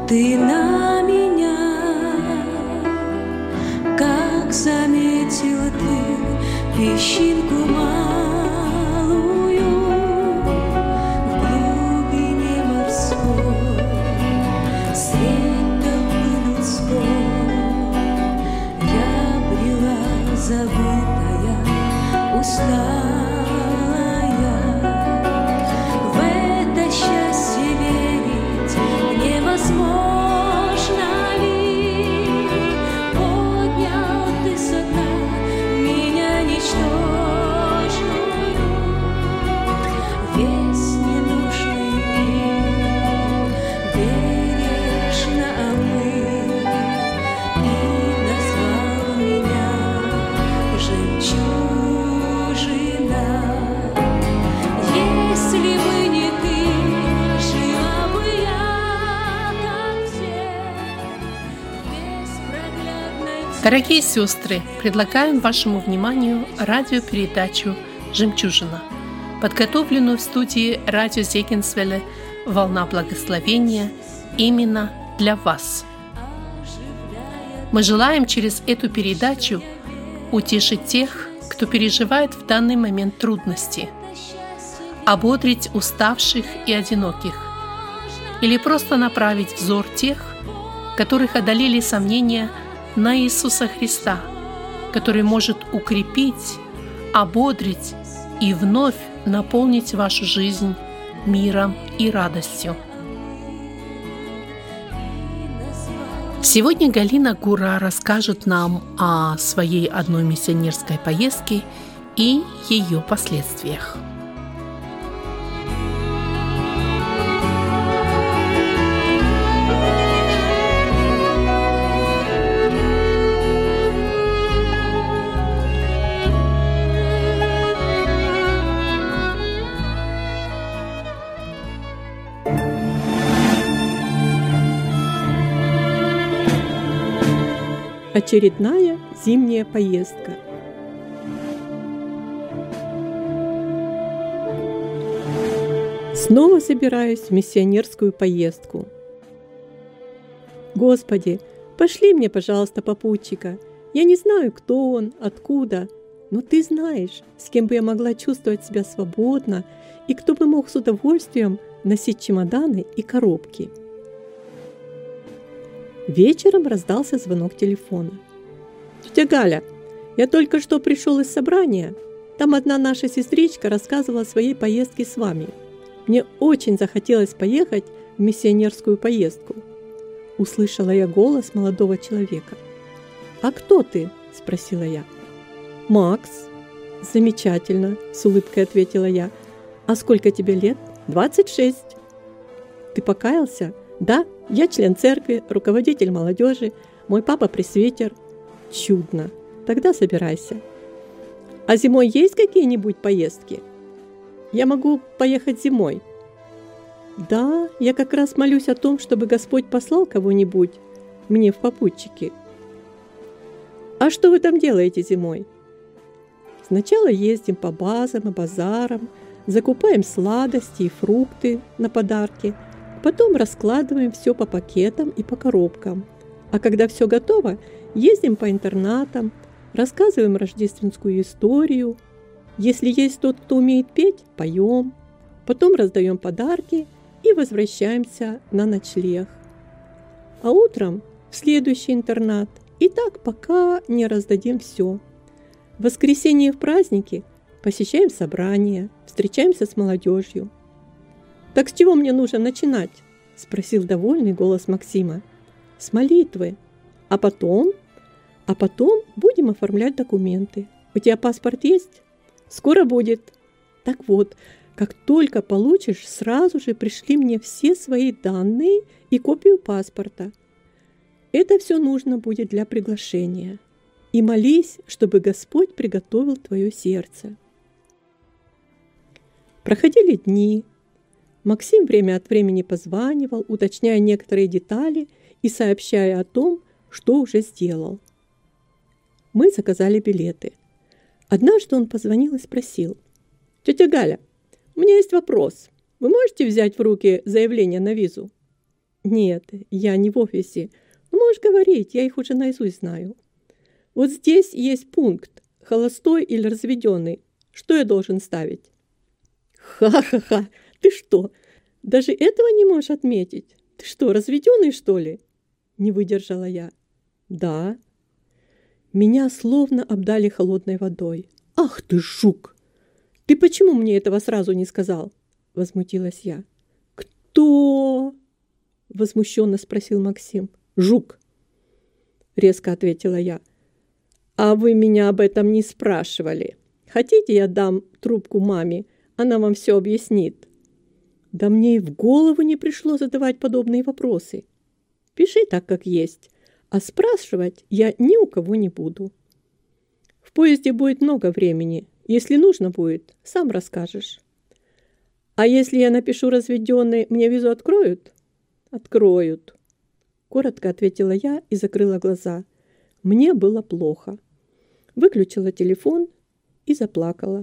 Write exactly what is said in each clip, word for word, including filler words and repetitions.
Ты на меня, как заметила ты песчинку малую в глубине морской, средь толпы людской. Я брела забытая, усталая, в это счастье верить невозможно ли? Поднял ты со дна меня ничтожную, весь ненужный мир бережно омыл и назвал меня жемчужина. Если бы не ты, жила бы я, как все, без проглядной тьмы. Дорогие сестры, предлагаем вашему вниманию радиопередачу «Жемчужина», подготовленную в студии радио Зегенсвелле «Волна благословения» именно для вас. Мы желаем через эту передачу утешить тех, кто переживает в данный момент трудности, ободрить уставших и одиноких, или просто направить взор тех, которых одолели сомнения, на Иисуса Христа, который может укрепить, ободрить и вновь наполнить вашу жизнь миром и радостью. Сегодня Галина Гура расскажет нам о своей одной миссионерской поездке и ее последствиях. Очередная зимняя поездка. Снова собираюсь в миссионерскую поездку. Господи, пошли мне, пожалуйста, попутчика. Я не знаю, кто он, откуда, но Ты знаешь, с кем бы я могла чувствовать себя свободно и кто бы мог с удовольствием носить чемоданы и коробки. Вечером раздался звонок телефона. «Тетя Галя, я только что пришел из собрания. Там одна наша сестричка рассказывала о своей поездке с вами. Мне очень захотелось поехать в миссионерскую поездку». Услышала я голос молодого человека. «А кто ты?» – спросила я. «Макс». «Замечательно», – с улыбкой ответила я. «А сколько тебе лет?» «двадцать шесть». «Ты покаялся?» «Да, я член церкви, руководитель молодежи, мой папа пресвитер». «Чудно. Тогда собирайся». «А зимой есть какие-нибудь поездки?» «Я могу поехать зимой». «Да, я как раз молюсь о том, чтобы Господь послал кого-нибудь мне в попутчики». «А что вы там делаете зимой?» «Сначала ездим по базам и базарам, закупаем сладости и фрукты на подарки, потом раскладываем все по пакетам и по коробкам. А когда все готово, ездим по интернатам, рассказываем рождественскую историю. Если есть тот, кто умеет петь, поем. Потом раздаем подарки и возвращаемся на ночлег. А утром в следующий интернат. И так, пока не раздадим все. В воскресенье и в праздники посещаем собрания, встречаемся с молодежью. «Так с чего мне нужно начинать?» – спросил довольный голос Максима. «С молитвы. А потом? А потом будем оформлять документы. У тебя паспорт есть?» «Скоро будет». «Так вот, как только получишь, сразу же пришли мне все свои данные и копию паспорта. Это все нужно будет для приглашения. И молись, чтобы Господь приготовил твое сердце». Проходили дни. Максим время от времени позванивал, уточняя некоторые детали и сообщая о том, что уже сделал. Мы заказали билеты. Однажды он позвонил и спросил: «Тетя Галя, у меня есть вопрос. Вы можете взять в руки заявление на визу?» Нет, я не в офисе. Ну, можешь говорить, я их уже наизусть знаю. Вот здесь есть пункт. Холостой или разведенный. Что я должен ставить? Ха-ха-ха, ты что, даже этого не можешь отметить? Ты что, разведенный, что ли? Не выдержала я. Да. Меня словно обдали холодной водой. Ах ты, жук! Ты почему мне этого сразу не сказал? Возмутилась я. Кто? Возмущенно спросил Максим. Жук, резко ответила я. А вы меня об этом не спрашивали. Хотите, я дам трубку маме? Она вам все объяснит. Да мне и в голову не пришло задавать подобные вопросы. Пиши так, как есть, а спрашивать я ни у кого не буду. В поезде будет много времени. Если нужно будет, сам расскажешь. А если я напишу разведенный, мне визу откроют? Откроют. Коротко ответила я и закрыла глаза. Мне было плохо. Выключила телефон и заплакала.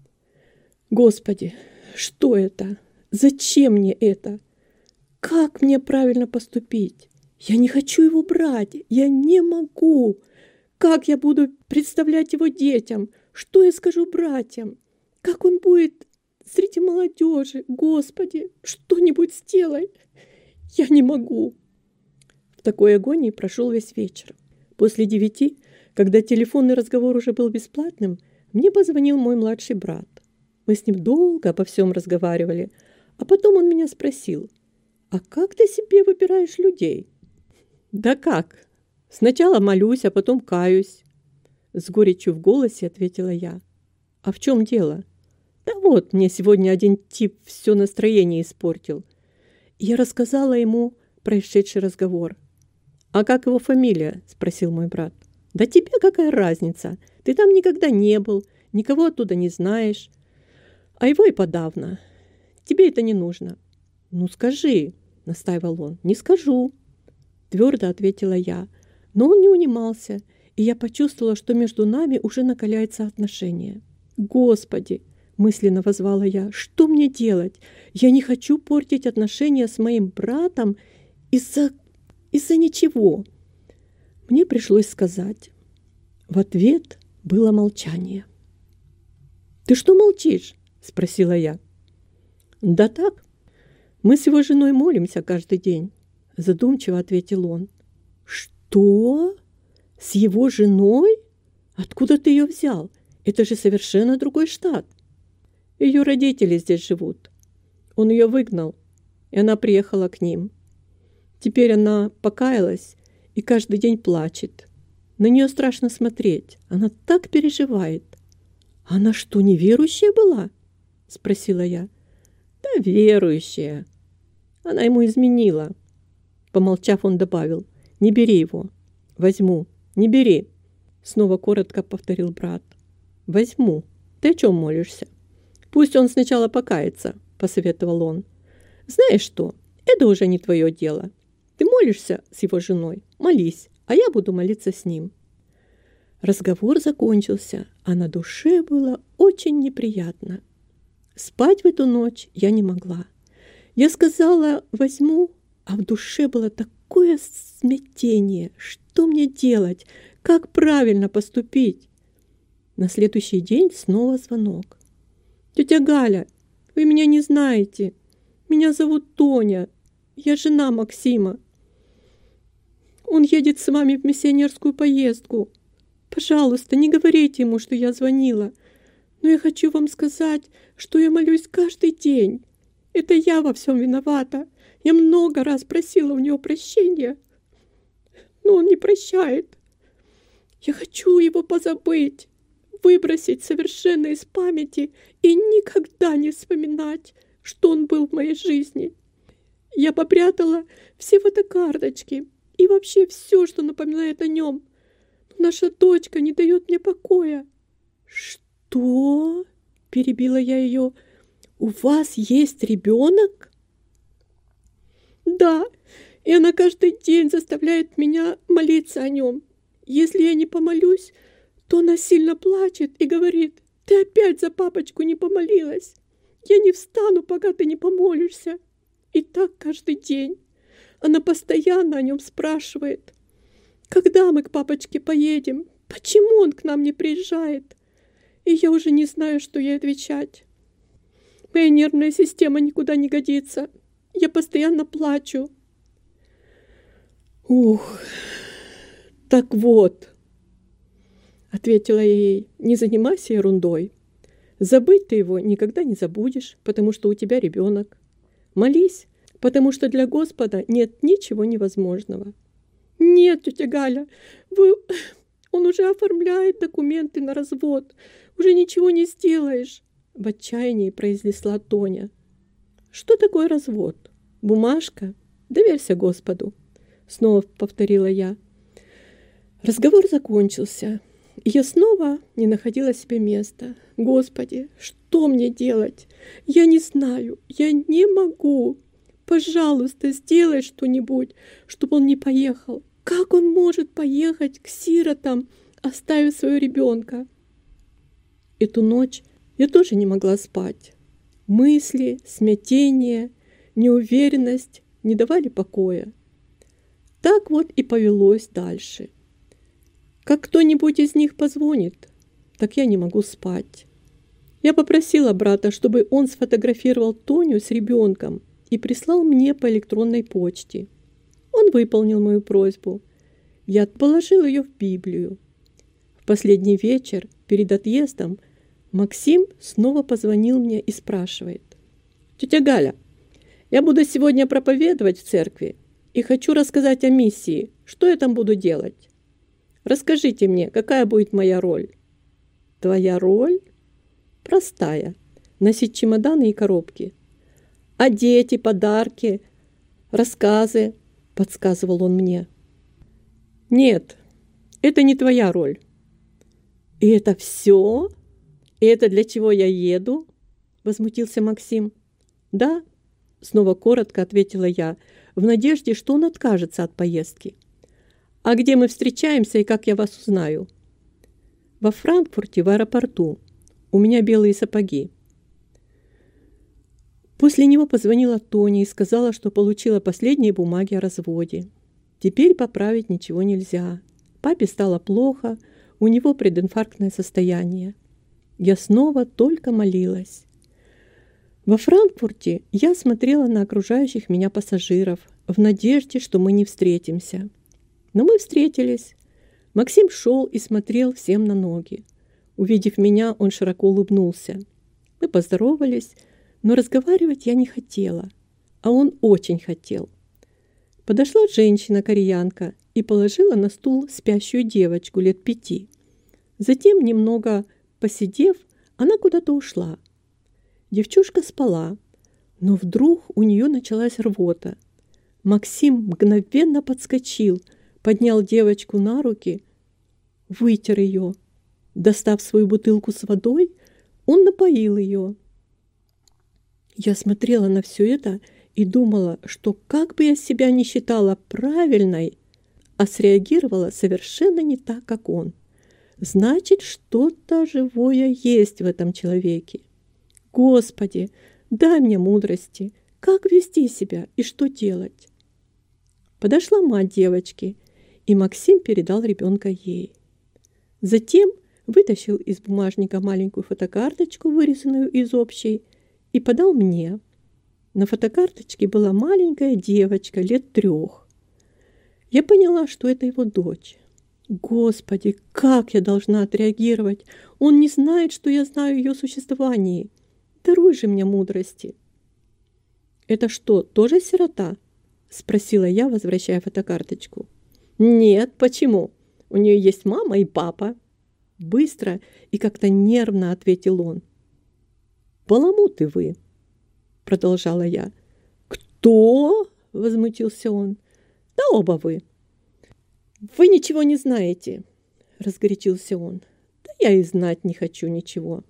Господи, что это? Зачем мне это? Как мне правильно поступить? Я не хочу его брать. Я не могу. Как я буду представлять его детям? Что я скажу братьям? Как он будет среди молодежи? Господи, что-нибудь сделай. Я не могу. В такой агонии прошел весь вечер. После девяти, когда телефонный разговор уже был бесплатным, мне позвонил мой младший брат. Мы с ним долго обо всем разговаривали, а потом он меня спросил: «А как ты себе выбираешь людей?» «Да как? Сначала молюсь, а потом каюсь», — с горечью в голосе ответила я. «А в чем дело?» «Да вот, мне сегодня один тип все настроение испортил». Я рассказала ему происшедший разговор. «А как его фамилия?» — спросил мой брат. «Да тебе какая разница? Ты там никогда не был, никого оттуда не знаешь. А его и подавно. Тебе это не нужно». «Ну скажи», — настаивал он. «Не скажу», — твердо ответила я. Но он не унимался, и я почувствовала, что между нами уже накаляется отношение. «Господи!» — мысленно воззвала я. «Что мне делать? Я не хочу портить отношения с моим братом из-за... из-за ничего». Мне пришлось сказать. В ответ было молчание. «Ты что молчишь?» — спросила я. «Да так. Мы с его женой молимся каждый день», — задумчиво ответил он. «Что? С его женой? Откуда ты ее взял? Это же совершенно другой штат». «Ее родители здесь живут. Он ее выгнал, и она приехала к ним. Теперь она покаялась и каждый день плачет. На нее страшно смотреть. Она так переживает». «Она что, неверующая была?» — спросила я. «Да верующая. Она ему изменила». Помолчав, он добавил: «Не бери его». «Возьму». «Не бери», — снова коротко повторил брат. «Возьму. Ты о чем молишься?» «Пусть он сначала покается», — посоветовал он. «Знаешь что, это уже не твое дело. Ты молишься с его женой? Молись, а я буду молиться с ним». Разговор закончился, а на душе было очень неприятно. Спать в эту ночь я не могла. Я сказала «возьму», а в душе было такое смятение. Что мне делать? Как правильно поступить? На следующий день снова звонок. «Тетя Галя, вы меня не знаете. Меня зовут Тоня. Я жена Максима. Он едет с вами в миссионерскую поездку. Пожалуйста, не говорите ему, что я звонила. Но я хочу вам сказать, что я молюсь каждый день. Это я во всем виновата. Я много раз просила у него прощения, но он не прощает. Я хочу его позабыть, выбросить совершенно из памяти и никогда не вспоминать, что он был в моей жизни. Я попрятала все фотокарточки и вообще все, что напоминает о нем. Но наша дочка не дает мне покоя». «Что?» – перебила я ее. «У вас есть ребенок?» «Да, и она каждый день заставляет меня молиться о нем. Если я не помолюсь, то она сильно плачет и говорит: ты опять за папочку не помолилась. Я не встану, пока ты не помолишься. И так каждый день. Она постоянно о нем спрашивает. Когда мы к папочке поедем? Почему он к нам не приезжает? И я уже не знаю, что ей отвечать. Моя нервная система никуда не годится. Я постоянно плачу. Ух, так вот, ответила я ей, не занимайся ерундой. Забыть ты его никогда не забудешь, потому что у тебя ребенок. Молись, потому что для Господа нет ничего невозможного. Нет, тетя Галя, вы... он уже оформляет документы на развод. Уже ничего не сделаешь, в отчаянии произнесла Тоня. Что такое развод? Бумажка? Доверься Господу, снова повторила я. Разговор закончился, и я снова не находила себе места. Господи, что мне делать? Я не знаю, я не могу. Пожалуйста, сделай что-нибудь, чтобы он не поехал. Как он может поехать к сиротам, оставив своего ребенка? Эту ночь я тоже не могла спать. Мысли, смятение, неуверенность не давали покоя. Так вот и повелось дальше. Как кто-нибудь из них позвонит, так я не могу спать. Я попросила брата, чтобы он сфотографировал Тоню с ребенком и прислал мне по электронной почте. Он выполнил мою просьбу. Я положил ее в Библию. В последний вечер, перед отъездом, Максим снова позвонил мне и спрашивает. «Тетя Галя, я буду сегодня проповедовать в церкви и хочу рассказать о миссии. Что я там буду делать? Расскажите мне, какая будет моя роль?» «Твоя роль?» «Простая. Носить чемоданы и коробки. А дети, подарки, рассказы?» — подсказывал он мне. «Нет, это не твоя роль». «И это все? И это для чего я еду?» — возмутился Максим. «Да», — снова коротко ответила я, в надежде, что он откажется от поездки. «А где мы встречаемся и как я вас узнаю?» «Во Франкфурте, в аэропорту. У меня белые сапоги». После него позвонила Тоня и сказала, что получила последние бумаги о разводе. Теперь поправить ничего нельзя. Папе стало плохо, у него прединфарктное состояние. Я снова только молилась. Во Франкфурте я смотрела на окружающих меня пассажиров в надежде, что мы не встретимся. Но мы встретились. Максим шел и смотрел всем на ноги. Увидев меня, он широко улыбнулся. Мы поздоровались, но разговаривать я не хотела, а он очень хотел. Подошла женщина-кореянка и положила на стул спящую девочку лет пяти. Затем, немного посидев, она куда-то ушла. Девчушка спала, но вдруг у нее началась рвота. Максим мгновенно подскочил, поднял девочку на руки, вытер ее. Достав свою бутылку с водой, он напоил ее. Я смотрела на все это и думала, что как бы я себя ни считала правильной, а среагировала совершенно не так, как он. Значит, что-то живое есть в этом человеке. Господи, дай мне мудрости, как вести себя и что делать. Подошла мать девочки, и Максим передал ребенка ей. Затем вытащил из бумажника маленькую фотокарточку, вырезанную из общей, и подал мне. На фотокарточке была маленькая девочка лет трех. Я поняла, что это его дочь. Господи, как я должна отреагировать? Он не знает, что я знаю о ее существовании. Даруй же мне мудрости. «Это что, тоже сирота?» — спросила я, возвращая фотокарточку. «Нет, почему? У нее есть мама и папа». Быстро и как-то нервно ответил он. «Баламуты вы», — продолжала я. «Кто?» — возмутился он. «Да оба вы». «Вы ничего не знаете», — разгорячился он. «Да я и знать не хочу ничего».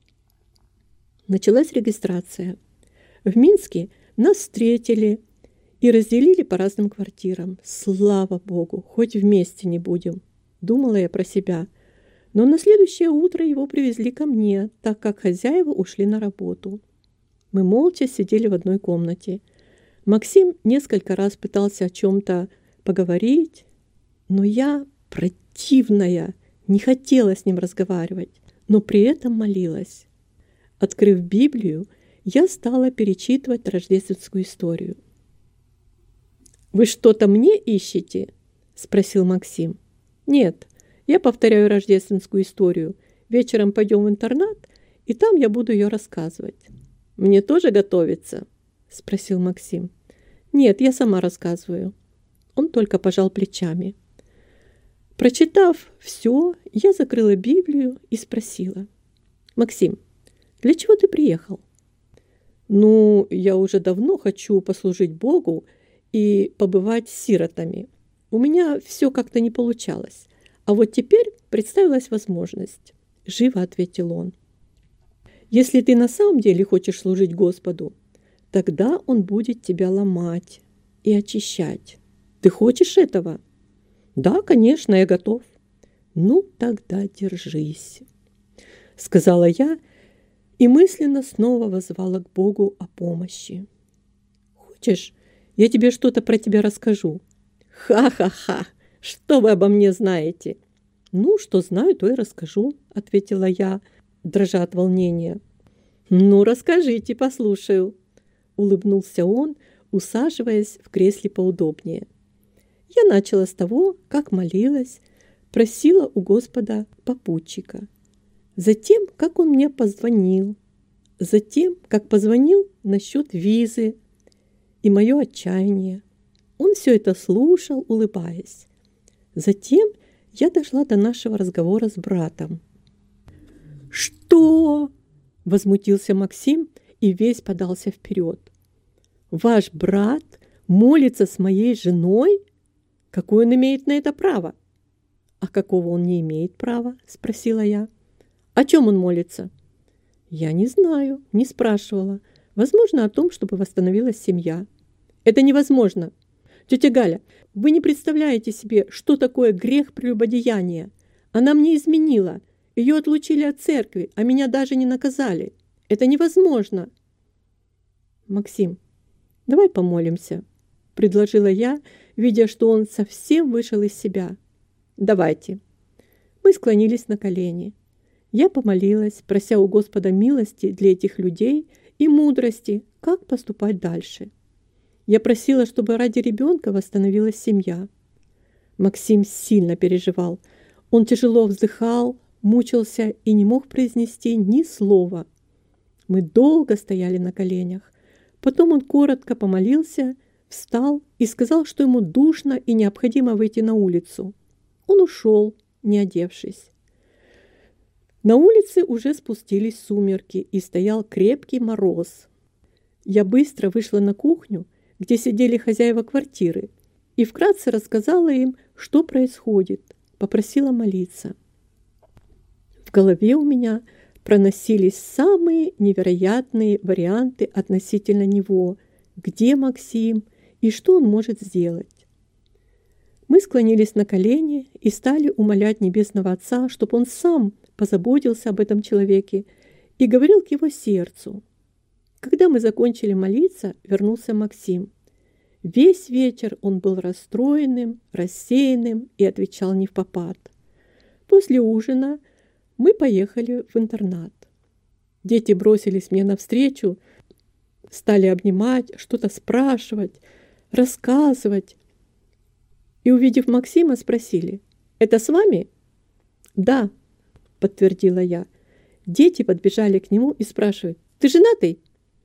Началась регистрация. В Минске нас встретили и разделили по разным квартирам. Слава Богу, хоть вместе не будем, думала я про себя. Но на следующее утро его привезли ко мне, так как хозяева ушли на работу. Мы молча сидели в одной комнате. Максим несколько раз пытался о чем-то поговорить, но я, противная, не хотела с ним разговаривать, но при этом молилась. Открыв Библию, я стала перечитывать рождественскую историю. «Вы что-то мне ищете?» – спросил Максим. «Нет, я повторяю рождественскую историю. Вечером пойдем в интернат, и там я буду ее рассказывать». «Мне тоже готовиться?» – спросил Максим. «Нет, я сама рассказываю». Он только пожал плечами. Прочитав все, я закрыла Библию и спросила. «Максим, для чего ты приехал?» «Ну, я уже давно хочу послужить Богу и побывать с сиротами. У меня все как-то не получалось. А вот теперь представилась возможность», – живо ответил он. «Если ты на самом деле хочешь служить Господу, тогда Он будет тебя ломать и очищать. Ты хочешь этого?» «Да, конечно, я готов». «Ну, тогда держись», – сказала я и мысленно снова воззвала к Богу о помощи. «Хочешь, я тебе что-то про тебя расскажу?» «Ха-ха-ха! Что вы обо мне знаете?» «Ну, что знаю, то и расскажу», – ответила я, дрожа от волнения. «Ну, расскажите, послушаю», – улыбнулся он, усаживаясь в кресле поудобнее. Я начала с того, как молилась, просила у Господа попутчика. Затем, как он мне позвонил. Затем, как позвонил насчет визы и мое отчаяние. Он все это слушал, улыбаясь. Затем я дошла до нашего разговора с братом. «Что?» – возмутился Максим и весь подался вперед. «Ваш брат молится с моей женой? Какое он имеет на это право?» «А какого он не имеет права?» – спросила я. «О чем он молится?» «Я не знаю, не спрашивала. Возможно, о том, чтобы восстановилась семья». «Это невозможно. Тетя Галя, вы не представляете себе, что такое грех прелюбодеяния. Она мне изменила. Ее отлучили от церкви, а меня даже не наказали. Это невозможно». «Максим, давай помолимся», – предложила я, видя, что он совсем вышел из себя. «Давайте». Мы склонились на колени. Я помолилась, прося у Господа милости для этих людей и мудрости, как поступать дальше. Я просила, чтобы ради ребенка восстановилась семья. Максим сильно переживал. Он тяжело вздыхал, мучился и не мог произнести ни слова. Мы долго стояли на коленях. Потом он коротко помолился, встал и сказал, что ему душно и необходимо выйти на улицу. Он ушел, не одевшись. На улице уже спустились сумерки и стоял крепкий мороз. Я быстро вышла на кухню, где сидели хозяева квартиры, и вкратце рассказала им, что происходит, попросила молиться. В голове у меня проносились самые невероятные варианты относительно него, где Максим и что он может сделать. Мы склонились на колени и стали умолять Небесного Отца, чтобы он сам позаботился об этом человеке и говорил к его сердцу. Когда мы закончили молиться, вернулся Максим. Весь вечер он был расстроенным, рассеянным и отвечал невпопад. После ужина мы поехали в интернат. Дети бросились мне навстречу, стали обнимать, что-то спрашивать, рассказывать. И, увидев Максима, спросили: «Это с вами?» «Да», – подтвердила я. Дети подбежали к нему и спрашивают: «Ты женатый?»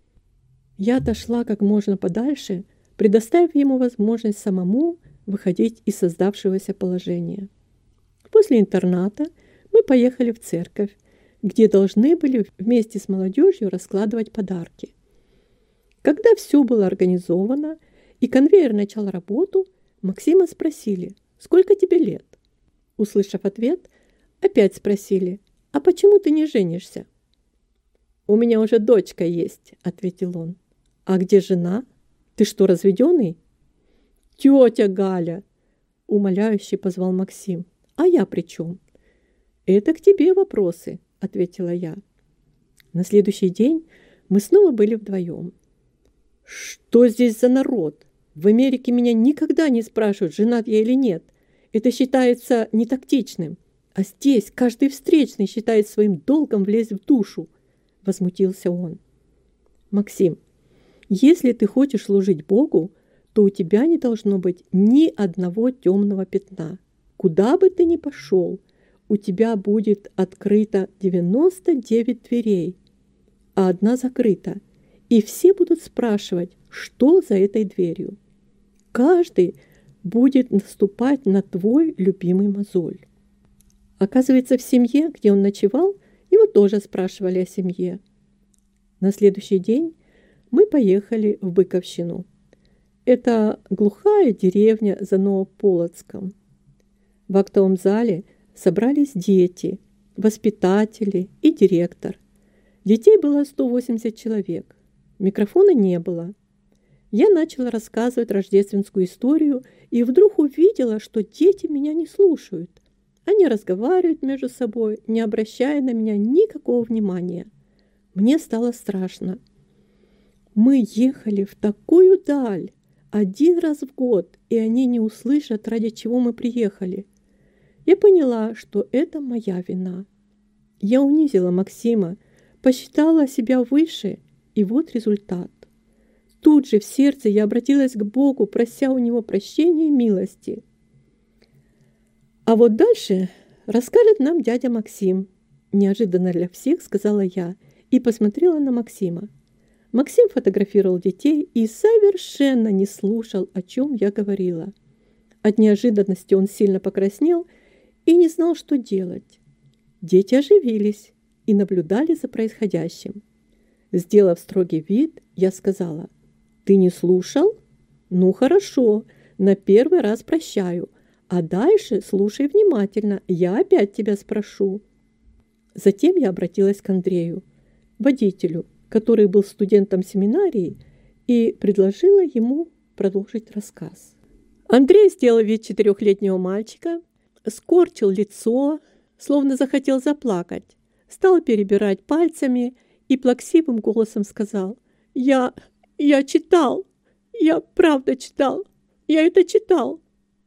Я отошла как можно подальше, предоставив ему возможность самому выходить из создавшегося положения. После интерната мы поехали в церковь, где должны были вместе с молодежью раскладывать подарки. Когда все было организовано и конвейер начал работу, Максима спросили: «Сколько тебе лет?» Услышав ответ, опять спросили: «А почему ты не женишься?» «У меня уже дочка есть», — ответил он. «А где жена? Ты что, разведенный?» «Тетя Галя!» — умоляюще позвал Максим. «А я при чем?» «Это к тебе вопросы», — ответила я. На следующий день мы снова были вдвоем. «Что?» Что здесь за народ? В Америке меня никогда не спрашивают, женат я или нет. Это считается нетактичным. А здесь каждый встречный считает своим долгом влезть в душу, возмутился он. Максим, если ты хочешь служить Богу, то у тебя не должно быть ни одного темного пятна. Куда бы ты ни пошел, у тебя будет открыто девяносто девять дверей, а одна закрыта. И все будут спрашивать, что за этой дверью. Каждый будет наступать на твой любимый мозоль. Оказывается, в семье, где он ночевал, его тоже спрашивали о семье. На следующий день мы поехали в Быковщину. Это глухая деревня за Новополоцком. В актовом зале собрались дети, воспитатели и директор. Детей было сто восемьдесят человек. Микрофона не было. Я начала рассказывать рождественскую историю и вдруг увидела, что дети меня не слушают. Они разговаривают между собой, не обращая на меня никакого внимания. Мне стало страшно. Мы ехали в такую даль один раз в год, и они не услышат, ради чего мы приехали. Я поняла, что это моя вина. Я унизила Максима, посчитала себя выше, и вот результат. Тут же в сердце я обратилась к Богу, прося у Него прощения и милости. А вот дальше расскажет нам дядя Максим. Неожиданно для всех сказала я и посмотрела на Максима. Максим фотографировал детей и совершенно не слушал, о чем я говорила. От неожиданности он сильно покраснел и не знал, что делать. Дети оживились и наблюдали за происходящим. Сделав строгий вид, я сказала: «Ты не слушал? Ну хорошо, на первый раз прощаю, а дальше слушай внимательно, я опять тебя спрошу». Затем я обратилась к Андрею, водителю, который был студентом семинарии, и предложила ему продолжить рассказ. Андрей сделал вид четырехлетнего мальчика, скорчил лицо, словно захотел заплакать, стал перебирать пальцами и плаксивым голосом сказал: «Я, я читал, я правда читал, я это читал».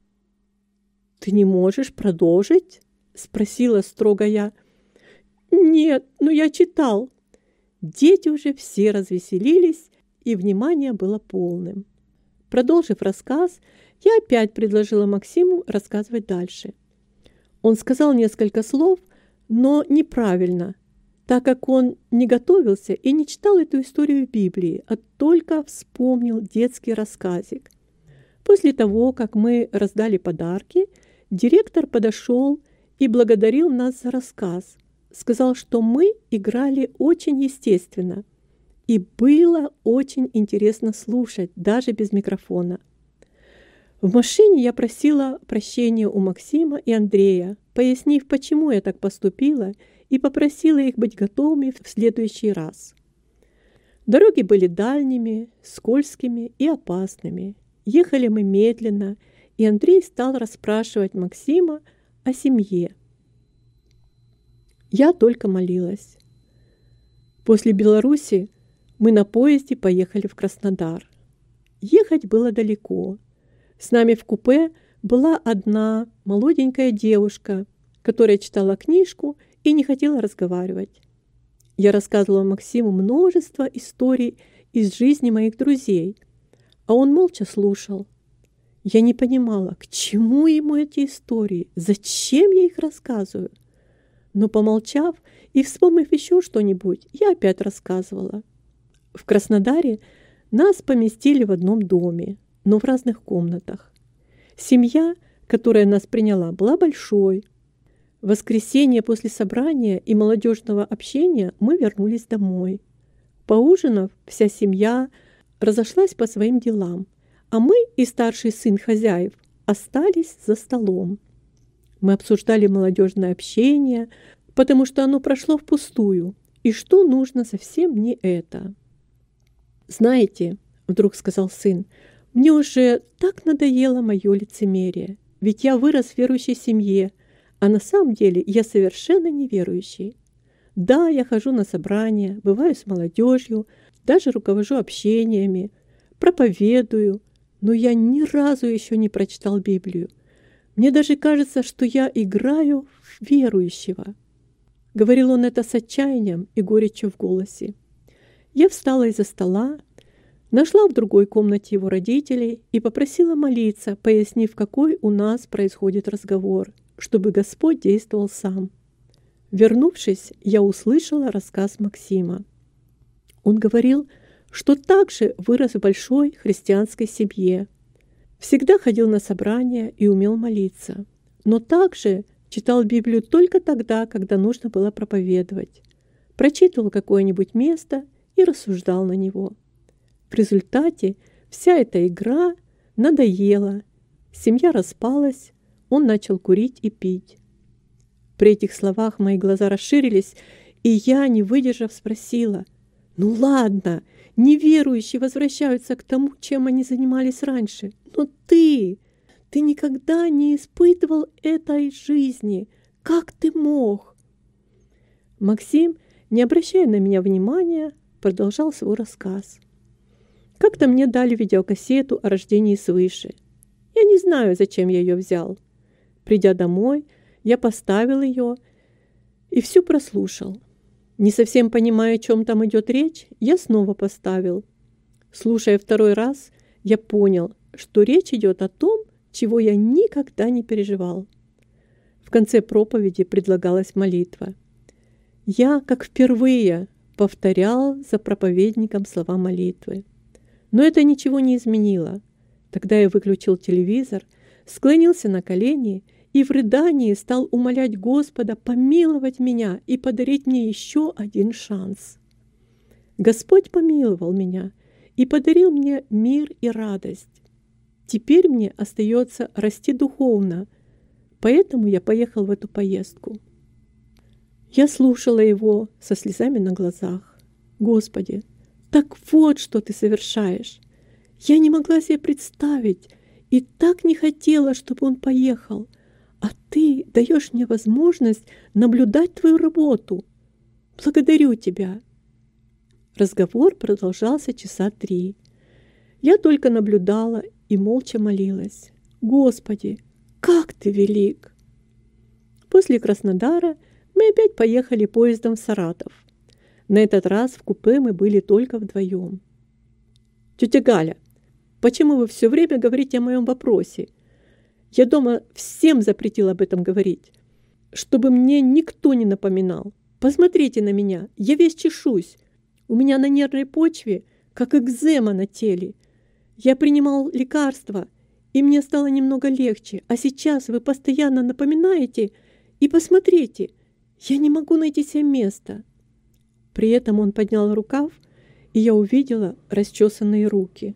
«Ты не можешь продолжить?» – спросила строго я. «Нет, но я читал». Дети уже все развеселились, и внимание было полным. Продолжив рассказ, я опять предложила Максиму рассказывать дальше. Он сказал несколько слов, но неправильно, так как он не готовился и не читал эту историю в Библии, а только вспомнил детский рассказик. После того, как мы раздали подарки, директор подошел и благодарил нас за рассказ. Сказал, что мы играли очень естественно, и было очень интересно слушать, даже без микрофона. В машине я просила прощения у Максима и Андрея, пояснив, почему я так поступила, и попросила их быть готовыми в следующий раз. Дороги были дальними, скользкими и опасными. Ехали мы медленно, и Андрей стал расспрашивать Максима о семье. Я только молилась. После Беларуси мы на поезде поехали в Краснодар. Ехать было далеко. С нами в купе была одна молоденькая девушка, которая читала книжку и не хотела разговаривать. Я рассказывала Максиму множество историй из жизни моих друзей, а он молча слушал. Я не понимала, к чему ему эти истории, зачем я их рассказываю. Но, помолчав и вспомнив еще что-нибудь, я опять рассказывала. В Краснодаре нас поместили в одном доме, но в разных комнатах. Семья, которая нас приняла, была большой. В воскресенье после собрания и молодежного общения мы вернулись домой. Поужинав, вся семья разошлась по своим делам, а мы и старший сын хозяев остались за столом. Мы обсуждали молодежное общение, потому что оно прошло впустую, и что нужно совсем не это. «Знаете, — вдруг сказал сын, — мне уже так надоело мое лицемерие, ведь я вырос в верующей семье, а на самом деле я совершенно неверующий. Да, я хожу на собрания, бываю с молодежью, даже руковожу общениями, проповедую, но я ни разу еще не прочитал Библию. Мне даже кажется, что я играю в верующего». Говорил он это с отчаянием и горечью в голосе. Я встала из-за стола, нашла в другой комнате его родителей и попросила молиться, пояснив, какой у нас происходит разговор, чтобы Господь действовал сам. Вернувшись, я услышала рассказ Максима. Он говорил, что также вырос в большой христианской семье, всегда ходил на собрания и умел молиться, но также читал Библию только тогда, когда нужно было проповедовать, прочитывал какое-нибудь место и рассуждал на него. В результате вся эта игра надоела, семья распалась, он начал курить и пить. При этих словах мои глаза расширились, и я, не выдержав, спросила: «Ну ладно, неверующие возвращаются к тому, чем они занимались раньше, но ты, ты никогда не испытывал этой жизни. Как ты мог?» Максим, не обращая на меня внимания, продолжал свой рассказ. Как-то мне дали видеокассету о рождении свыше. Я не знаю, зачем я ее взял. Придя домой, я поставил ее и всю прослушал. Не совсем понимая, о чем там идет речь, я снова поставил. Слушая второй раз, я понял, что речь идет о том, чего я никогда не переживал. В конце проповеди предлагалась молитва. Я, как впервые, повторял за проповедником слова молитвы. Но это ничего не изменило. Тогда я выключил телевизор, склонился на колени и в рыдании стал умолять Господа помиловать меня и подарить мне еще один шанс. Господь помиловал меня и подарил мне мир и радость. Теперь мне остается расти духовно, поэтому я поехал в эту поездку. Я слушала его со слезами на глазах. «Господи, так вот, что ты совершаешь! Я не могла себе представить и так не хотела, чтобы он поехал, а ты даешь мне возможность наблюдать твою работу. Благодарю тебя!» Разговор продолжался часа три. Я только наблюдала и молча молилась. «Господи, как ты велик!» После Краснодара мы опять поехали поездом в Саратов. На этот раз в купе мы были только вдвоем. «Тетя Галя, почему вы все время говорите о моем вопросе? Я дома всем запретил об этом говорить, чтобы мне никто не напоминал. Посмотрите на меня, я весь чешусь. У меня на нервной почве, как экзема на теле. Я принимал лекарства, и мне стало немного легче. А сейчас вы постоянно напоминаете, и посмотрите, я не могу найти себе места». При этом он поднял рукав, и я увидела расчесанные руки.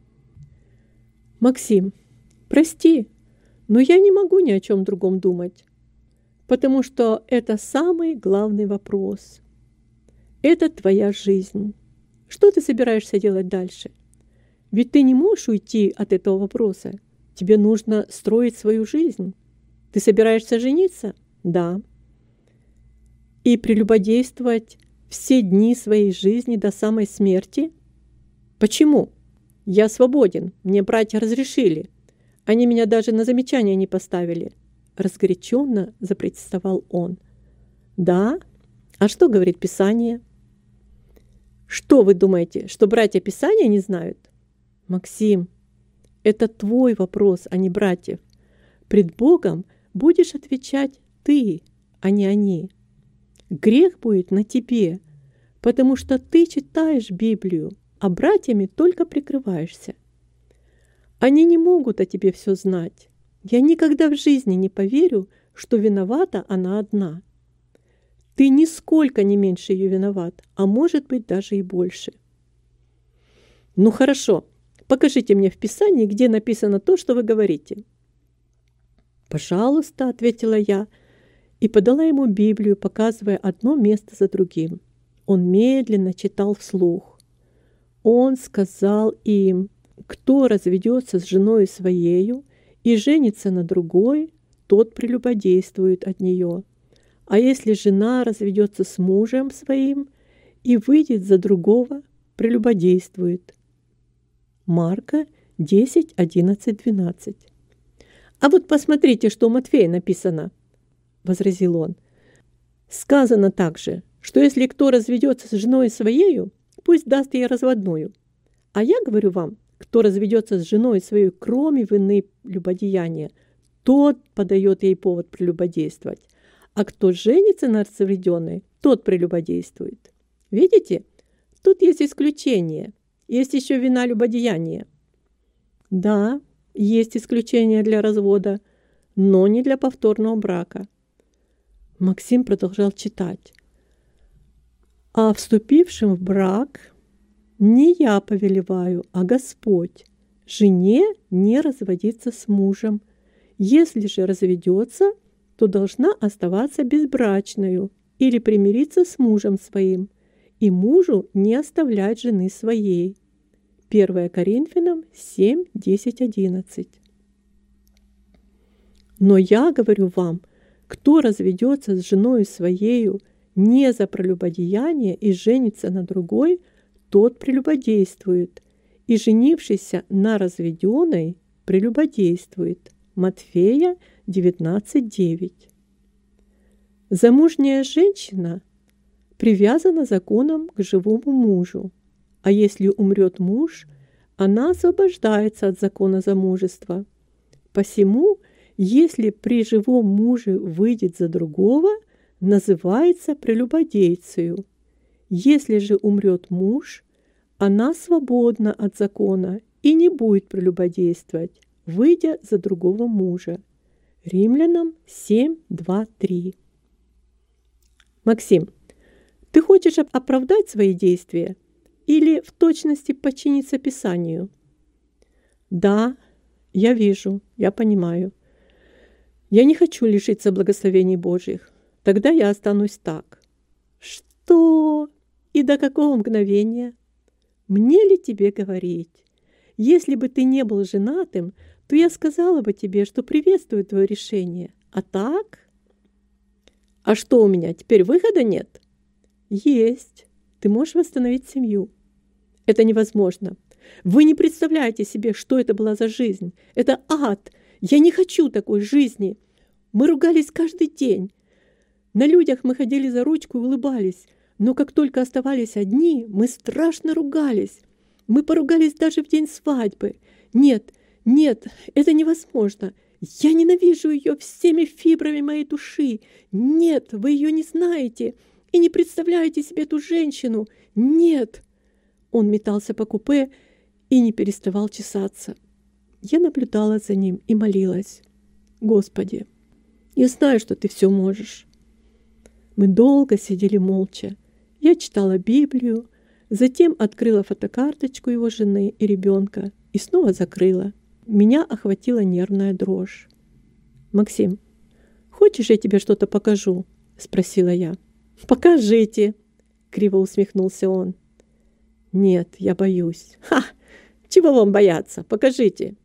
«Максим, прости, но я не могу ни о чем другом думать, потому что это самый главный вопрос. Это твоя жизнь. Что ты собираешься делать дальше? Ведь ты не можешь уйти от этого вопроса. Тебе нужно строить свою жизнь. Ты собираешься жениться? Да. И прелюбодействовать все дни своей жизни до самой смерти? Почему? Я свободен, мне братья разрешили. Они меня даже на замечание не поставили. Разгоряченно запротестовал он. Да? А что говорит Писание? Что вы думаете, что братья Писания не знают? Максим, это твой вопрос, а не братьев. Пред Богом будешь отвечать ты, а не они. Грех будет на тебе, потому что ты читаешь Библию, а братьями только прикрываешься. Они не могут о тебе все знать. Я никогда в жизни не поверю, что виновата она одна. Ты нисколько не меньше ее виноват, а может быть даже и больше. Ну хорошо, покажите мне в Писании, где написано то, что вы говорите. Пожалуйста, ответила я и подала ему Библию, показывая одно место за другим. Он медленно читал вслух. Он сказал им: кто разведется с женой своею и женится на другой, тот прелюбодействует от нее. А если жена разведется с мужем своим и выйдет за другого, прелюбодействует. Марка десять, одиннадцать, двенадцать. «А вот посмотрите, что у Матфея написано», — возразил он. «Сказано также, что если кто разведется с женой своею, пусть даст ей разводную. А я говорю вам, кто разведется с женой своей, кроме вины любодеяния, тот подает ей повод прелюбодействовать. А кто женится на разведенной, тот прелюбодействует». Видите? Тут есть исключение. Есть еще вина любодеяния. Да, есть исключение для развода, но не для повторного брака. Максим продолжал читать. «А вступившим в брак не я повелеваю, а Господь. Жене не разводиться с мужем. Если же разведется, то должна оставаться безбрачною или примириться с мужем своим, и мужу не оставлять жены своей». первое Коринфянам семь, десять, одиннадцать. «Но я говорю вам, кто разведется с женою своею не за прелюбодеяние и женится на другой, тот прелюбодействует, и женившийся на разведенной прелюбодействует». Матфея девятнадцать, девять. Замужняя женщина привязана законом к живому мужу, а если умрет муж, она освобождается от закона замужества. Посему, если при живом муже выйдет за другого, называется прелюбодейцею. Если же умрет муж, она свободна от закона и не будет прелюбодействовать, выйдя за другого мужа. Римлянам семь, два, три. Максим, ты хочешь оправдать свои действия или в точности подчиниться Писанию? Да, я вижу, я понимаю. Я не хочу лишиться благословений Божьих. Тогда я останусь так. Что? И до какого мгновения? Мне ли тебе говорить? Если бы ты не был женатым, то я сказала бы тебе, что приветствую твое решение. А так? А что у меня, теперь выхода нет? Есть. Ты можешь восстановить семью. Это невозможно. Вы не представляете себе, что это была за жизнь. Это ад. Я не хочу такой жизни. Мы ругались каждый день. На людях мы ходили за ручку и улыбались. Но как только оставались одни, мы страшно ругались. Мы поругались даже в день свадьбы. Нет, нет, это невозможно. Я ненавижу ее всеми фибрами моей души. Нет, вы ее не знаете и не представляете себе эту женщину. Нет. Он метался по купе и не переставал чесаться. Я наблюдала за ним и молилась. Господи, я знаю, что ты все можешь. Мы долго сидели молча. Я читала Библию, затем открыла фотокарточку его жены и ребенка и снова закрыла. Меня охватила нервная дрожь. «Максим, хочешь, я тебе что-то покажу?» — спросила я. «Покажите!» — криво усмехнулся он. «Нет, я боюсь». «Ха! Чего вам бояться? Покажите!»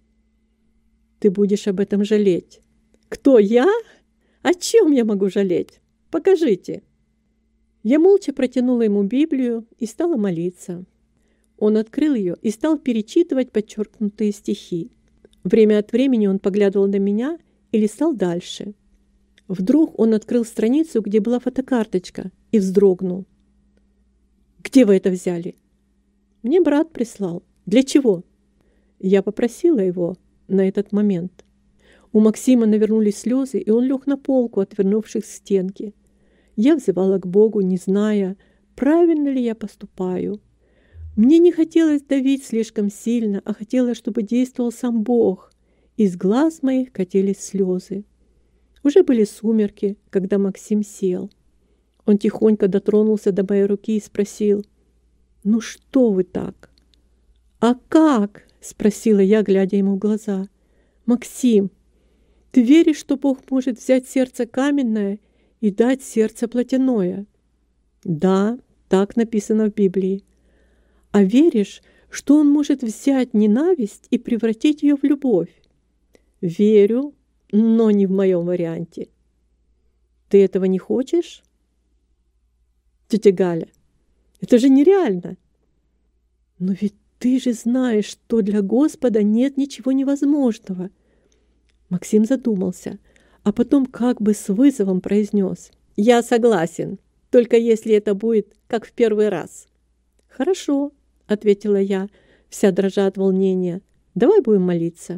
«Ты будешь об этом жалеть». «Кто, я? О чем я могу жалеть? Покажите!» Я молча протянула ему Библию и стала молиться. Он открыл ее и стал перечитывать подчеркнутые стихи. Время от времени он поглядывал на меня и листал дальше. Вдруг он открыл страницу, где была фотокарточка, и вздрогнул. «Где вы это взяли?» «Мне брат прислал». «Для чего?» Я попросила его на этот момент. У Максима навернулись слезы, и он лег на полку, отвернувшись к стенке. Я взывала к Богу, не зная, правильно ли я поступаю. Мне не хотелось давить слишком сильно, а хотелось, чтобы действовал сам Бог. Из глаз моих катились слезы. Уже были сумерки, когда Максим сел. Он тихонько дотронулся до моей руки и спросил: «Ну что вы так?» «А как?» — спросила я, глядя ему в глаза. «Максим, ты веришь, что Бог может взять сердце каменное и дать сердце плотяное?» «Да, так написано в Библии». «А веришь, что Он может взять ненависть и превратить ее в любовь?» «Верю, но не в моем варианте». «Ты этого не хочешь?» «Тетя Галя, это же нереально!» «Но ведь ты же знаешь, что для Господа нет ничего невозможного». Максим задумался, а потом как бы с вызовом произнес: «Я согласен, только если это будет как в первый раз». «Хорошо», — ответила я, вся дрожа от волнения. «Давай будем молиться».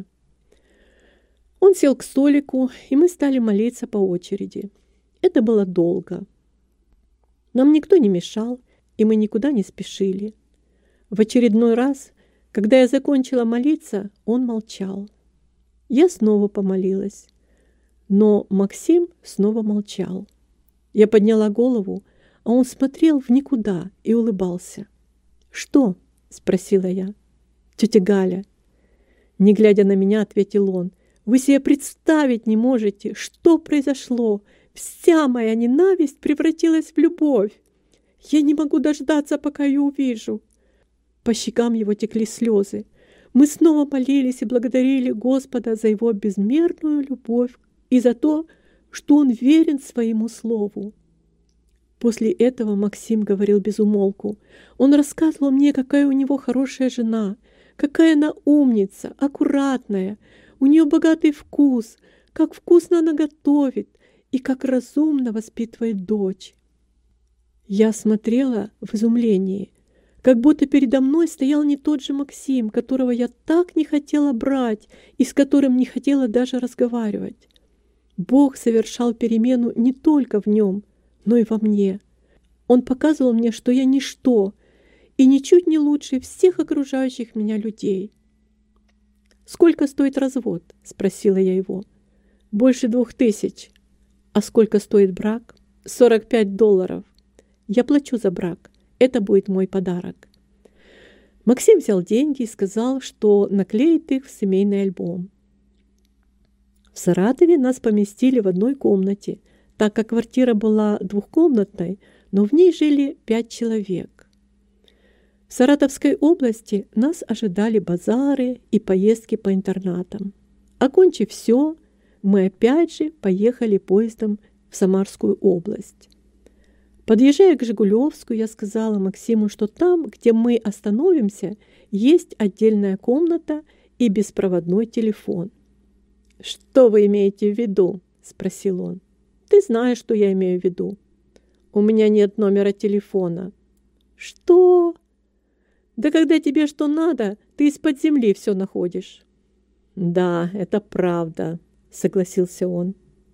Он сел к столику, и мы стали молиться по очереди. Это было долго. Нам никто не мешал, и мы никуда не спешили. В очередной раз, когда я закончила молиться, он молчал. Я снова помолилась, но Максим снова молчал. Я подняла голову, а он смотрел в никуда и улыбался. «Что?» — спросила я. «Тетя Галя». Не глядя на меня, ответил он: «Вы себе представить не можете, что произошло. Вся моя ненависть превратилась в любовь. Я не могу дождаться, пока ее увижу». По щекам его текли слезы. Мы снова молились и благодарили Господа за его безмерную любовь и за то, что он верен своему слову. После этого Максим говорил без умолку. Он рассказывал мне, какая у него хорошая жена, какая она умница, аккуратная, у нее богатый вкус, как вкусно она готовит и как разумно воспитывает дочь. Я смотрела в изумлении, как будто передо мной стоял не тот же Максим, которого я так не хотела брать и с которым не хотела даже разговаривать. Бог совершал перемену не только в нем, но и во мне. Он показывал мне, что я ничто и ничуть не лучше всех окружающих меня людей. «Сколько стоит развод?» — спросила я его. «Больше двух тысяч». «А сколько стоит брак?» «Сорок пять долларов». «Я плачу за брак. Это будет мой подарок». Максим взял деньги и сказал, что наклеит их в семейный альбом. В Саратове нас поместили в одной комнате, так как квартира была двухкомнатной, но в ней жили пять человек. В Саратовской области нас ожидали базары и поездки по интернатам. Окончив все, мы опять же поехали поездом в Самарскую область. Подъезжая к Жигулевску, я сказала Максиму, что там, где мы остановимся, есть отдельная комната и беспроводной телефон. «Что вы имеете в виду?» – спросил он. «Ты знаешь, что я имею в виду. У меня нет номера телефона». «Что?» «Да когда тебе что надо, ты из-под земли все находишь». «Да, это правда», – согласился он.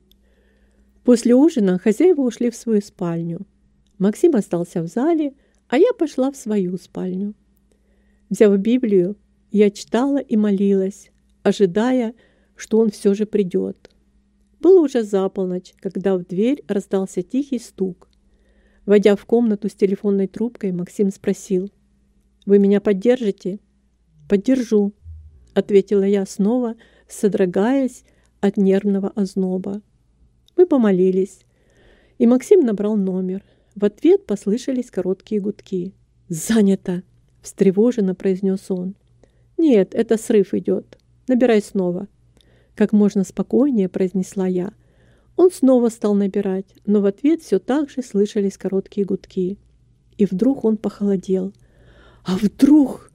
После ужина хозяева ушли в свою спальню. Максим остался в зале, а я пошла в свою спальню. Взяв Библию, я читала и молилась, ожидая, что он все же придет. Было уже за полночь, когда в дверь раздался тихий стук. Войдя в комнату с телефонной трубкой, Максим спросил: «Вы меня поддержите?» «Поддержу», — ответила я снова, содрогаясь от нервного озноба. Мы помолились, и Максим набрал номер. В ответ послышались короткие гудки. «Занято!» — встревоженно произнес он. «Нет, это срыв идет. Набирай снова». Как можно спокойнее произнесла я. Он снова стал набирать, но в ответ все так же слышались короткие гудки. И вдруг он похолодел. «А вдруг...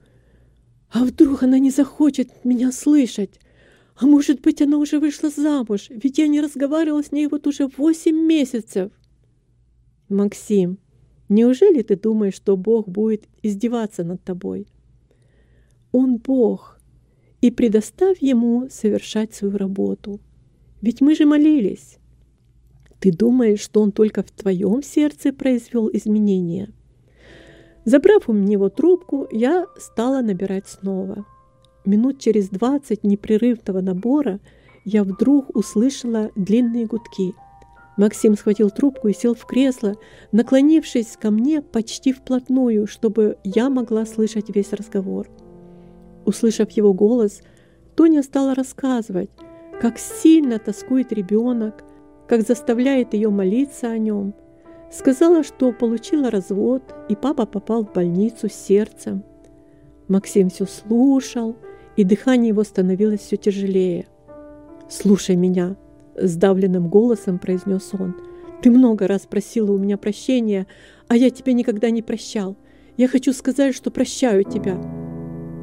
А вдруг она не захочет меня слышать? А может быть, она уже вышла замуж, ведь я не разговаривала с ней вот уже восемь месяцев». «Максим, неужели ты думаешь, что Бог будет издеваться над тобой?» «Он Бог, и предоставь Ему совершать свою работу. Ведь мы же молились. Ты думаешь, что Он только в твоем сердце произвел изменения?» Забрав у него трубку, я стала набирать снова. Минут через двадцать непрерывного набора я вдруг услышала длинные гудки. Максим схватил трубку и сел в кресло, наклонившись ко мне почти вплотную, чтобы я могла слышать весь разговор. Услышав его голос, Тоня стала рассказывать, как сильно тоскует ребенок, как заставляет ее молиться о нем. Сказала, что получила развод, и папа попал в больницу с сердцем. Максим все слушал, и дыхание его становилось все тяжелее. «Слушай меня», — сдавленным голосом произнес он. «Ты много раз просила у меня прощения, а я тебя никогда не прощал. Я хочу сказать, что прощаю тебя».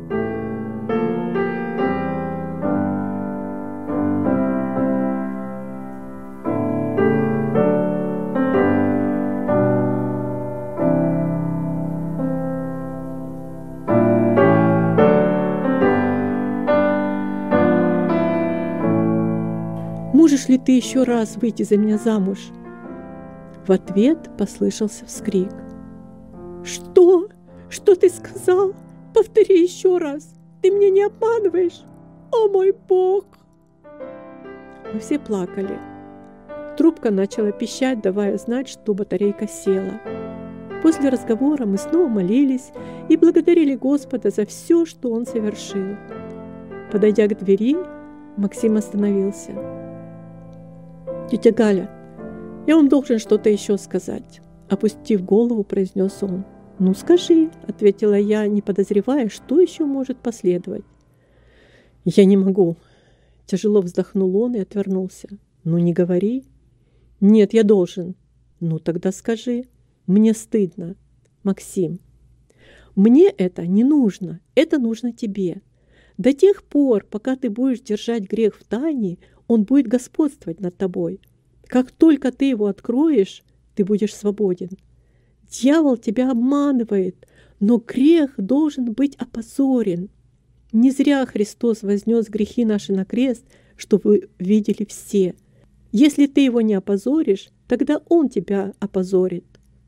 можешь ли ты еще раз выйти за меня замуж?» В ответ послышался вскрик. «Что? Что ты сказал? Повтори еще раз! Ты меня не обманываешь! О мой Бог!» Мы все плакали. Трубка начала пищать, давая знать, что батарейка села. После разговора мы снова молились и благодарили Господа за все, что Он совершил. Подойдя к двери, Максим остановился. «Тетя Галя, я вам должен что-то еще сказать», — опустив голову, произнес он. «Ну скажи», — ответила я, не подозревая, что еще может последовать. «Я не могу», — тяжело вздохнул он и отвернулся. «Ну не говори». «Нет, я должен». «Ну тогда скажи». «Мне стыдно». «Максим, мне это не нужно, это нужно тебе. До тех пор, пока ты будешь держать грех в тайне, он будет господствовать над тобой. Как только ты его откроешь, ты будешь свободен. Дьявол тебя обманывает, но грех должен быть опозорен. Не зря Христос вознес грехи наши на крест, что вы видели все. Если ты его не опозоришь, тогда он тебя опозорит».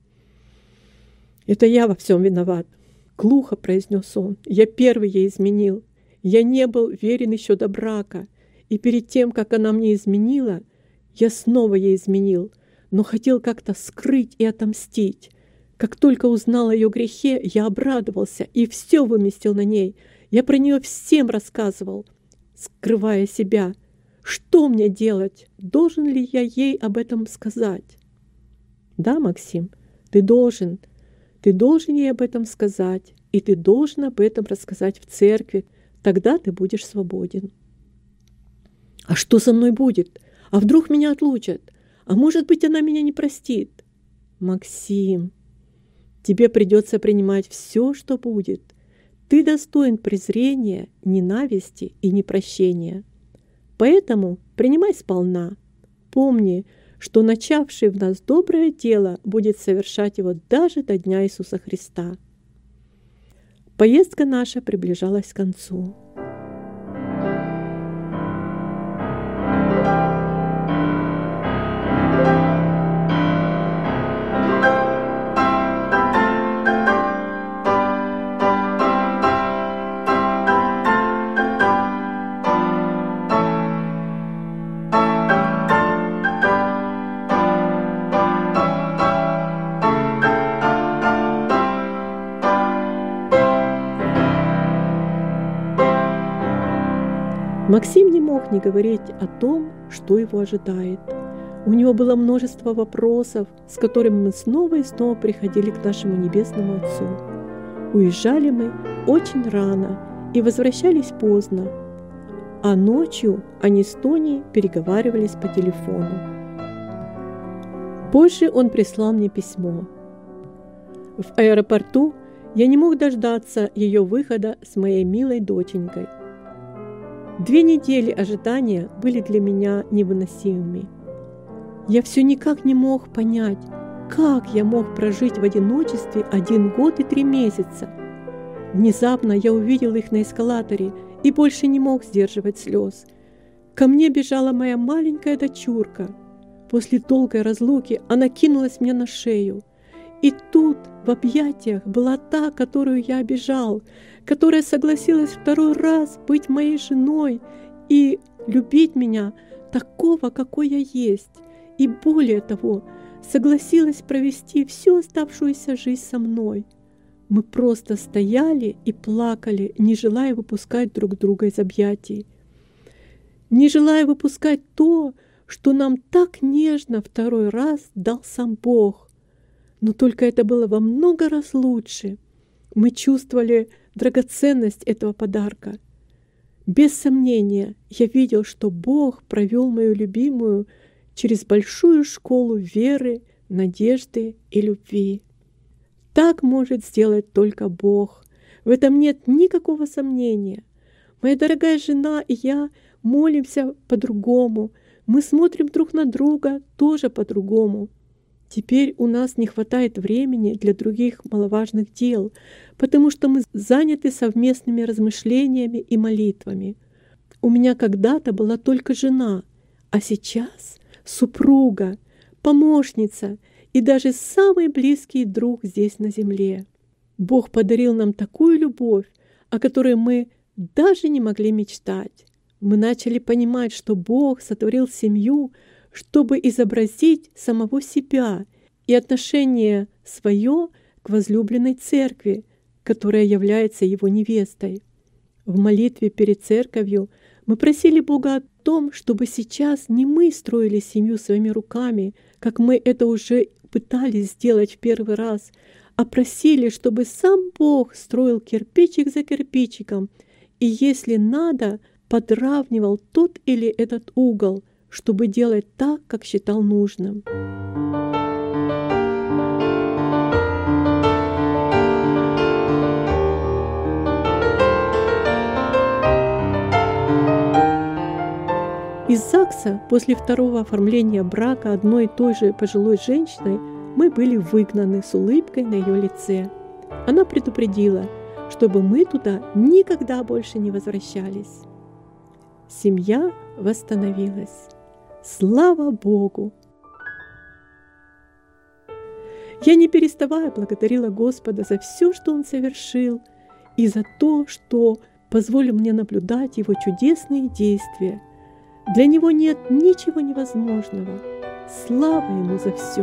«Это я во всем виноват», — глухо произнес он. «Я первый ей изменил. Я не был верен еще до брака. И перед тем, как она мне изменила, я снова ей изменил, но хотел как-то скрыть и отомстить. Как только узнал о ее грехе, я обрадовался и все выместил на ней. Я про нее всем рассказывал, скрывая себя. Что мне делать? Должен ли я ей об этом сказать?» «Да, Максим, ты должен. Ты должен ей об этом сказать, и ты должен об этом рассказать в церкви. Тогда ты будешь свободен». «А что со мной будет? А вдруг меня отлучат? А может быть, она меня не простит?» «Максим, тебе придется принимать все, что будет. Ты достоин презрения, ненависти и непрощения. Поэтому принимай сполна. Помни, что начавший в нас доброе дело будет совершать его даже до дня Иисуса Христа». Поездка наша приближалась к концу. Максим не мог не говорить о том, что его ожидает. У него было множество вопросов, с которыми мы снова и снова приходили к нашему Небесному Отцу. Уезжали мы очень рано и возвращались поздно, а ночью они с Тоней переговаривались по телефону. Позже он прислал мне письмо. В аэропорту я не мог дождаться ее выхода с моей милой доченькой. Две недели ожидания были для меня невыносимыми. Я все никак не мог понять, как я мог прожить в одиночестве один год и три месяца. Внезапно я увидел их на эскалаторе и больше не мог сдерживать слез. Ко мне бежала моя маленькая дочурка. После долгой разлуки она кинулась мне на шею. И тут в объятиях была та, которую я обижал, которая согласилась второй раз быть моей женой и любить меня такого, какой я есть. И более того, согласилась провести всю оставшуюся жизнь со мной. Мы просто стояли и плакали, не желая выпускать друг друга из объятий. Не желая выпускать то, что нам так нежно второй раз дал сам Бог. Но только это было во много раз лучше. Мы чувствовали драгоценность этого подарка. Без сомнения, я видел, что Бог провел мою любимую через большую школу веры, надежды и любви. Так может сделать только Бог. В этом нет никакого сомнения. Моя дорогая жена и я молимся по-другому. Мы смотрим друг на друга тоже по-другому. Теперь у нас не хватает времени для других маловажных дел, потому что мы заняты совместными размышлениями и молитвами. У меня когда-то была только жена, а сейчас супруга, помощница и даже самый близкий друг здесь на земле. Бог подарил нам такую любовь, о которой мы даже не могли мечтать. Мы начали понимать, что Бог сотворил семью, чтобы изобразить самого себя и отношение свое к возлюбленной церкви, которая является Его невестой. В молитве перед церковью мы просили Бога о том, чтобы сейчас не мы строили семью своими руками, как мы это уже пытались сделать в первый раз, а просили, чтобы сам Бог строил кирпичик за кирпичиком и, если надо, подравнивал тот или этот угол, чтобы делать так, как считал нужным. Из ЗАГСа после второго оформления брака одной и той же пожилой женщиной мы были выгнаны с улыбкой на ее лице. Она предупредила, чтобы мы туда никогда больше не возвращались. Семья восстановилась. Слава Богу! Я не переставая благодарила Господа за все, что Он совершил, и за то, что позволил мне наблюдать Его чудесные действия. Для Него нет ничего невозможного. Слава Ему за все!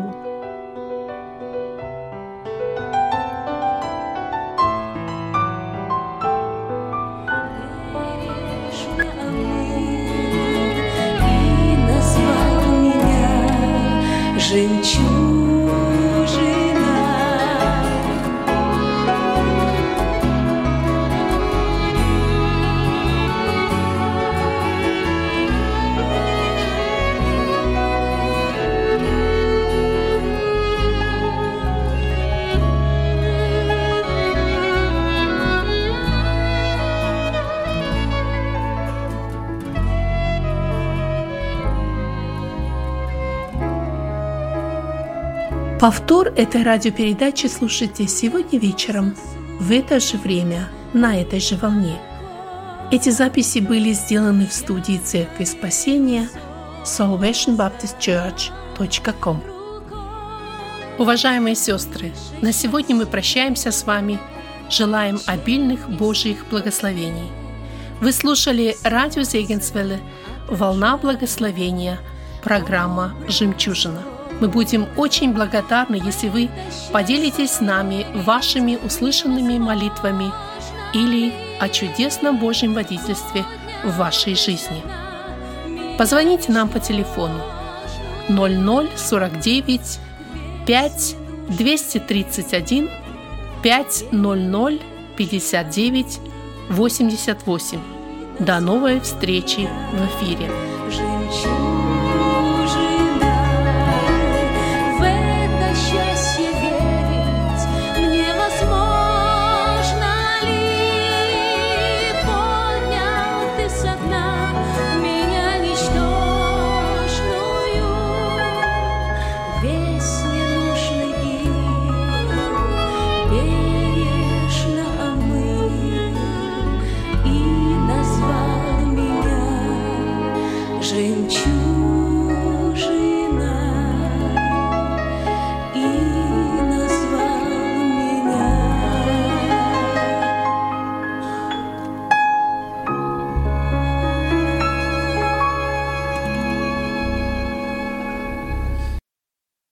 Повтор этой радиопередачи слушайте сегодня вечером, в это же время, на этой же волне. Эти записи были сделаны в студии Церкви Спасения salvation baptist church точка ком. Уважаемые сестры, на сегодня мы прощаемся с вами, желаем обильных Божьих благословений. Вы слушали радио Зегенсвелле «Волна благословения», программа «Жемчужина». Мы будем очень благодарны, если вы поделитесь с нами вашими услышанными молитвами или о чудесном Божьем водительстве в вашей жизни. Позвоните нам по телефону ноль ноль сорок девять пять двести тридцать один пять ноль ноль пятьдесят девять восемьдесят восемь. До новой встречи в эфире.